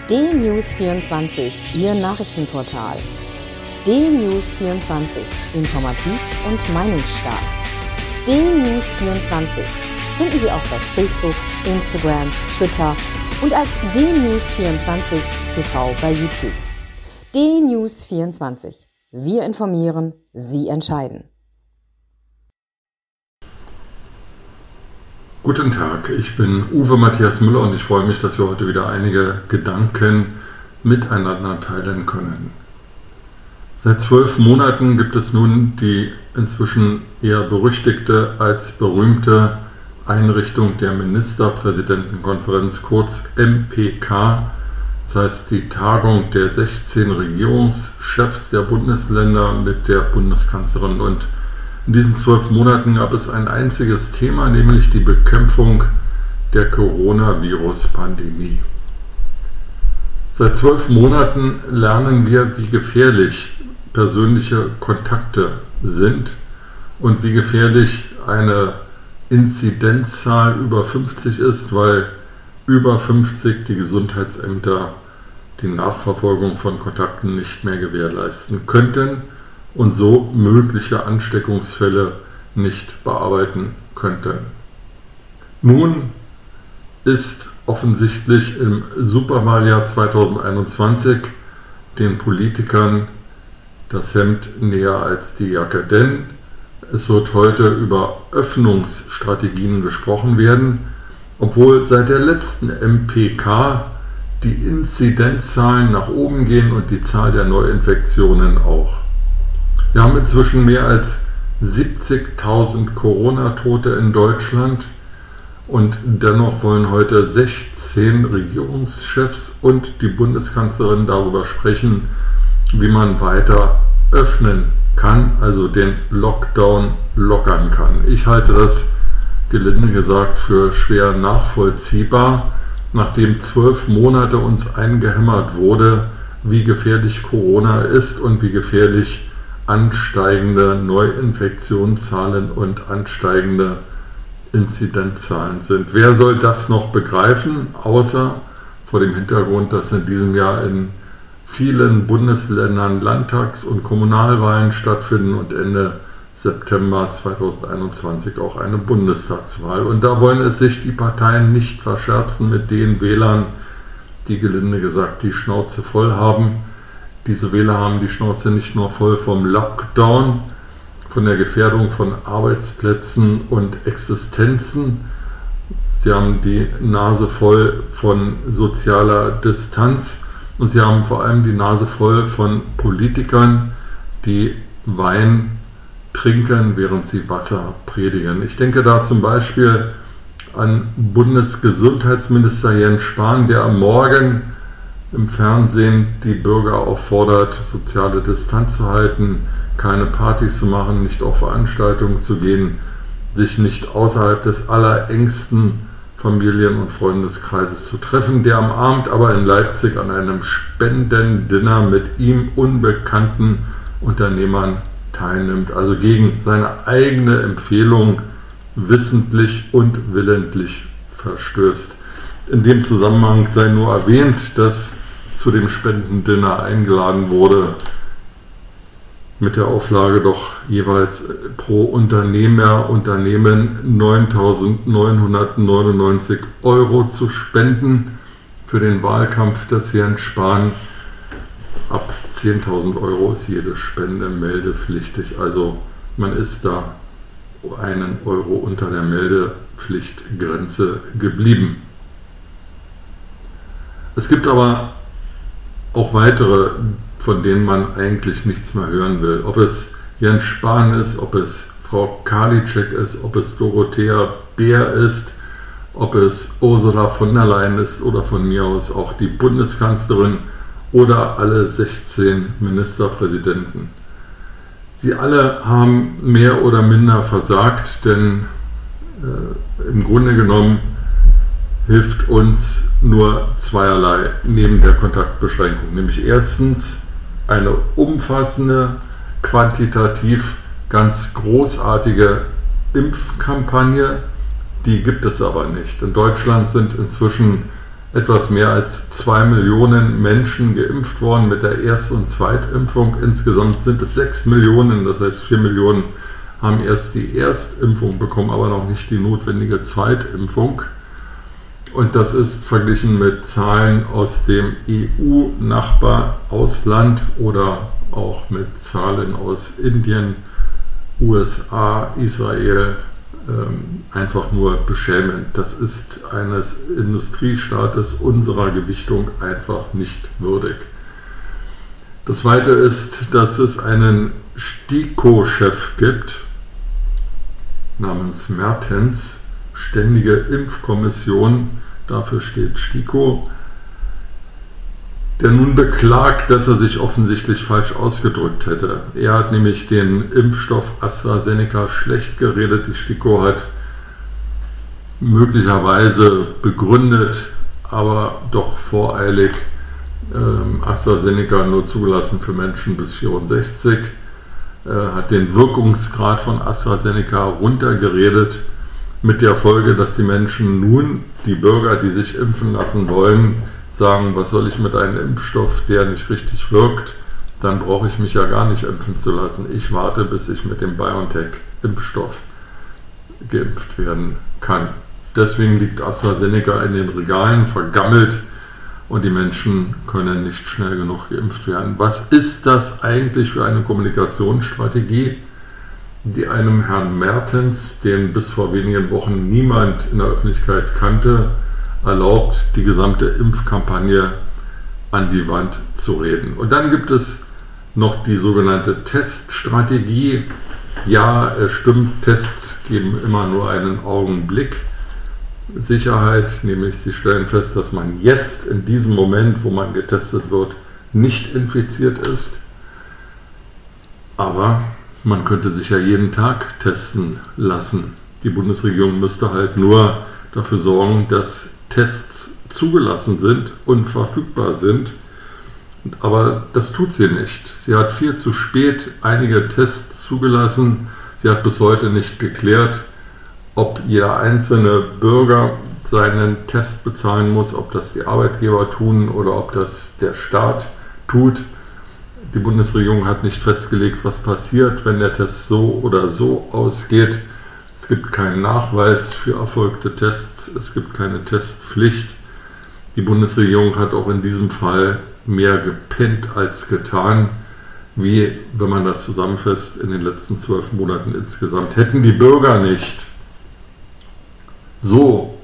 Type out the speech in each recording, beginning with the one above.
D-News24, Ihr Nachrichtenportal. D-News24, informativ und meinungsstark. D-News24 finden Sie auch bei Facebook, Instagram, Twitter und als D-News24 TV bei YouTube. D-News24. Wir informieren, Sie entscheiden. Guten Tag, ich bin Uwe Matthias Müller und ich freue mich, dass wir heute wieder einige Gedanken miteinander teilen können. Seit 12 Monaten gibt es nun die inzwischen eher berüchtigte als berühmte Einrichtung der Ministerpräsidentenkonferenz, kurz MPK, das heißt die Tagung der 16 Regierungschefs der Bundesländer mit der Bundeskanzlerin. Und in diesen 12 Monaten gab es ein einziges Thema, nämlich die Bekämpfung der Coronavirus-Pandemie. Seit 12 Monaten lernen wir, wie gefährlich persönliche Kontakte sind und wie gefährlich eine Inzidenzzahl über 50 ist, weil über 50 die Gesundheitsämter die Nachverfolgung von Kontakten nicht mehr gewährleisten könnten und so mögliche Ansteckungsfälle nicht bearbeiten könnten. Nun ist offensichtlich im Superwahljahr 2021 den Politikern das Hemd näher als die Jacke, denn es wird heute über Öffnungsstrategien gesprochen werden, obwohl seit der letzten MPK die Inzidenzzahlen nach oben gehen und die Zahl der Neuinfektionen auch. Wir haben inzwischen mehr als 70.000 Corona-Tote in Deutschland und dennoch wollen heute 16 Regierungschefs und die Bundeskanzlerin darüber sprechen, wie man weiter öffnen kann, also den Lockdown lockern kann. Ich halte das gelinde gesagt für schwer nachvollziehbar, nachdem 12 Monate uns eingehämmert wurde, wie gefährlich Corona ist und wie gefährlich ansteigende Neuinfektionszahlen und ansteigende Inzidenzzahlen sind. Wer soll das noch begreifen, außer vor dem Hintergrund, dass in diesem Jahr in vielen Bundesländern Landtags- und Kommunalwahlen stattfinden und Ende September 2021 auch eine Bundestagswahl. Und da wollen es sich die Parteien nicht verscherzen mit den Wählern, die gelinde gesagt die Schnauze voll haben. Diese Wähler haben die Schnauze nicht nur voll vom Lockdown, von der Gefährdung von Arbeitsplätzen und Existenzen. Sie haben die Nase voll von sozialer Distanz und sie haben vor allem die Nase voll von Politikern, die Wein trinken, während sie Wasser predigen. Ich denke da zum Beispiel an Bundesgesundheitsminister Jens Spahn, der am Morgen im Fernsehen die Bürger auffordert, soziale Distanz zu halten, keine Partys zu machen, nicht auf Veranstaltungen zu gehen, sich nicht außerhalb des allerengsten Familien- und Freundeskreises zu treffen, der am Abend aber in Leipzig an einem Spendendinner mit ihm unbekannten Unternehmern teilnimmt, also gegen seine eigene Empfehlung wissentlich und willentlich verstößt. In dem Zusammenhang sei nur erwähnt, dass zu dem Spendendinner eingeladen wurde, mit der Auflage doch jeweils pro Unternehmen 9.999 € zu spenden. Für den Wahlkampf des Herrn Spahn ab 10.000 € ist jede Spende meldepflichtig. Also man ist da einen Euro unter der Meldepflichtgrenze geblieben. Es gibt aber auch weitere, von denen man eigentlich nichts mehr hören will. Ob es Jens Spahn ist, ob es Frau Karliczek ist, ob es Dorothea Bär ist, ob es Ursula von der Leyen ist oder von mir aus auch die Bundeskanzlerin oder alle 16 Ministerpräsidenten. Sie alle haben mehr oder minder versagt, denn im Grunde genommen hilft uns nur zweierlei neben der Kontaktbeschränkung, nämlich erstens eine umfassende, quantitativ ganz großartige Impfkampagne, die gibt es aber nicht. In Deutschland sind inzwischen etwas mehr als 2 Millionen Menschen geimpft worden mit der Erst- und Zweitimpfung. Insgesamt sind es 6 Millionen, das heißt 4 Millionen haben erst die Erstimpfung bekommen, aber noch nicht die notwendige Zweitimpfung. Und das ist verglichen mit Zahlen aus dem EU-Nachbarausland oder auch mit Zahlen aus Indien, USA, Israel, einfach nur beschämend. Das ist eines Industriestaates unserer Gewichtung einfach nicht würdig. Das Zweite ist, dass es einen STIKO-Chef gibt, namens Mertens, Ständige Impfkommission, dafür steht STIKO, der nun beklagt, dass er sich offensichtlich falsch ausgedrückt hätte. Er hat nämlich den Impfstoff AstraZeneca schlecht geredet. Die STIKO hat möglicherweise begründet, aber doch voreilig AstraZeneca nur zugelassen für Menschen bis 64, hat den Wirkungsgrad von AstraZeneca runtergeredet, mit der Folge, dass die Menschen nun, die Bürger, die sich impfen lassen wollen, sagen, was soll ich mit einem Impfstoff, der nicht richtig wirkt, dann brauche ich mich ja gar nicht impfen zu lassen. Ich warte, bis ich mit dem BioNTech-Impfstoff geimpft werden kann. Deswegen liegt AstraZeneca in den Regalen vergammelt und die Menschen können nicht schnell genug geimpft werden. Was ist das eigentlich für eine Kommunikationsstrategie, die einem Herrn Mertens, den bis vor wenigen Wochen niemand in der Öffentlichkeit kannte, erlaubt, die gesamte Impfkampagne an die Wand zu reden? Und dann gibt es noch die sogenannte Teststrategie. Ja, es stimmt, Tests geben immer nur einen Augenblick Sicherheit, nämlich sie stellen fest, dass man jetzt in diesem Moment, wo man getestet wird, nicht infiziert ist. Aber man könnte sich ja jeden Tag testen lassen. Die Bundesregierung müsste halt nur dafür sorgen, dass Tests zugelassen sind und verfügbar sind. Aber das tut sie nicht. Sie hat viel zu spät einige Tests zugelassen. Sie hat bis heute nicht geklärt, ob jeder einzelne Bürger seinen Test bezahlen muss, ob das die Arbeitgeber tun oder ob das der Staat tut. Die Bundesregierung hat nicht festgelegt, was passiert, wenn der Test so oder so ausgeht. Es gibt keinen Nachweis für erfolgte Tests, es gibt keine Testpflicht. Die Bundesregierung hat auch in diesem Fall mehr gepennt als getan, wie, wenn man das zusammenfasst, in den letzten 12 Monaten insgesamt. Hätten die Bürger nicht so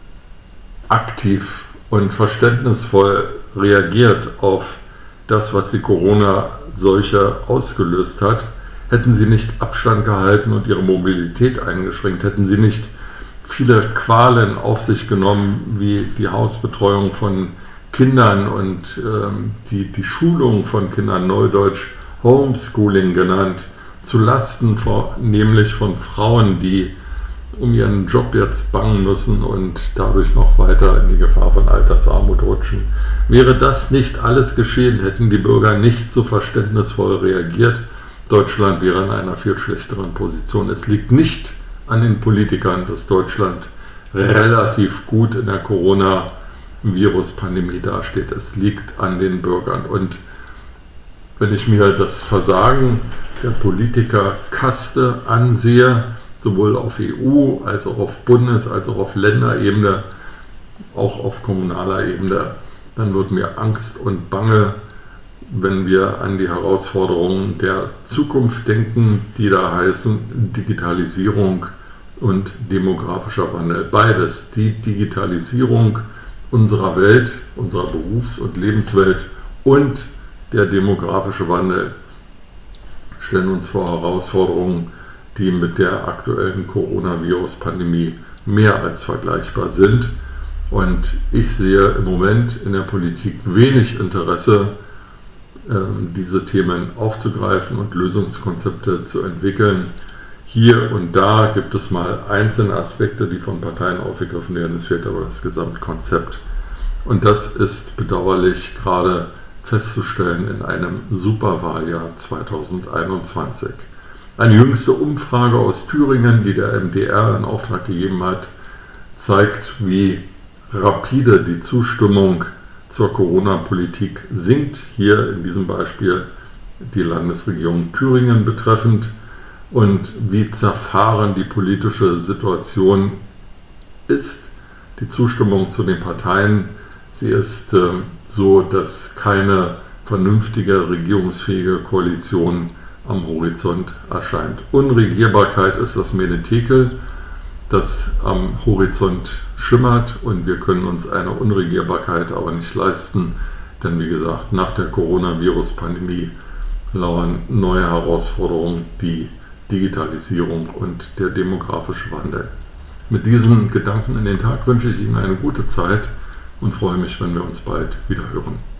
aktiv und verständnisvoll reagiert auf das, was die Corona-Seuche ausgelöst hat, hätten sie nicht Abstand gehalten und ihre Mobilität eingeschränkt, hätten sie nicht viele Qualen auf sich genommen, wie die Hausbetreuung von Kindern und die Schulung von Kindern, neudeutsch Homeschooling genannt, zu Lasten nämlich von Frauen, die um ihren Job jetzt bangen müssen und dadurch noch weiter in die Gefahr von Altersarmut rutschen. Wäre das nicht alles geschehen, hätten die Bürger nicht so verständnisvoll reagiert, Deutschland wäre in einer viel schlechteren Position. Es liegt nicht an den Politikern, dass Deutschland relativ gut in der Corona-Virus-Pandemie dasteht. Es liegt an den Bürgern. Und wenn ich mir das Versagen der Politikerkaste ansehe, sowohl auf EU- als auch auf Bundes-, als auch auf Länderebene, auch auf kommunaler Ebene, dann wird mir Angst und Bange, wenn wir an die Herausforderungen der Zukunft denken, die da heißen Digitalisierung und demografischer Wandel. Beides, die Digitalisierung unserer Welt, unserer Berufs- und Lebenswelt und der demografische Wandel stellen uns vor Herausforderungen, die mit der aktuellen Coronavirus-Pandemie mehr als vergleichbar sind. Und ich sehe im Moment in der Politik wenig Interesse, diese Themen aufzugreifen und Lösungskonzepte zu entwickeln. Hier und da gibt es mal einzelne Aspekte, die von Parteien aufgegriffen werden. Es fehlt aber das Gesamtkonzept. Und das ist bedauerlich gerade festzustellen in einem Superwahljahr 2021. Eine jüngste Umfrage aus Thüringen, die der MDR in Auftrag gegeben hat, zeigt, wie rapide die Zustimmung zur Corona-Politik sinkt, hier in diesem Beispiel die Landesregierung Thüringen betreffend, und wie zerfahren die politische Situation ist. Die Zustimmung zu den Parteien, sie ist so, dass keine vernünftige, regierungsfähige Koalition am Horizont erscheint. Unregierbarkeit ist das Menetekel, das am Horizont schimmert, und wir können uns eine Unregierbarkeit aber nicht leisten, denn wie gesagt, nach der Coronavirus-Pandemie lauern neue Herausforderungen, die Digitalisierung und der demografische Wandel. Mit diesen Gedanken in den Tag wünsche ich Ihnen eine gute Zeit und freue mich, wenn wir uns bald wieder hören.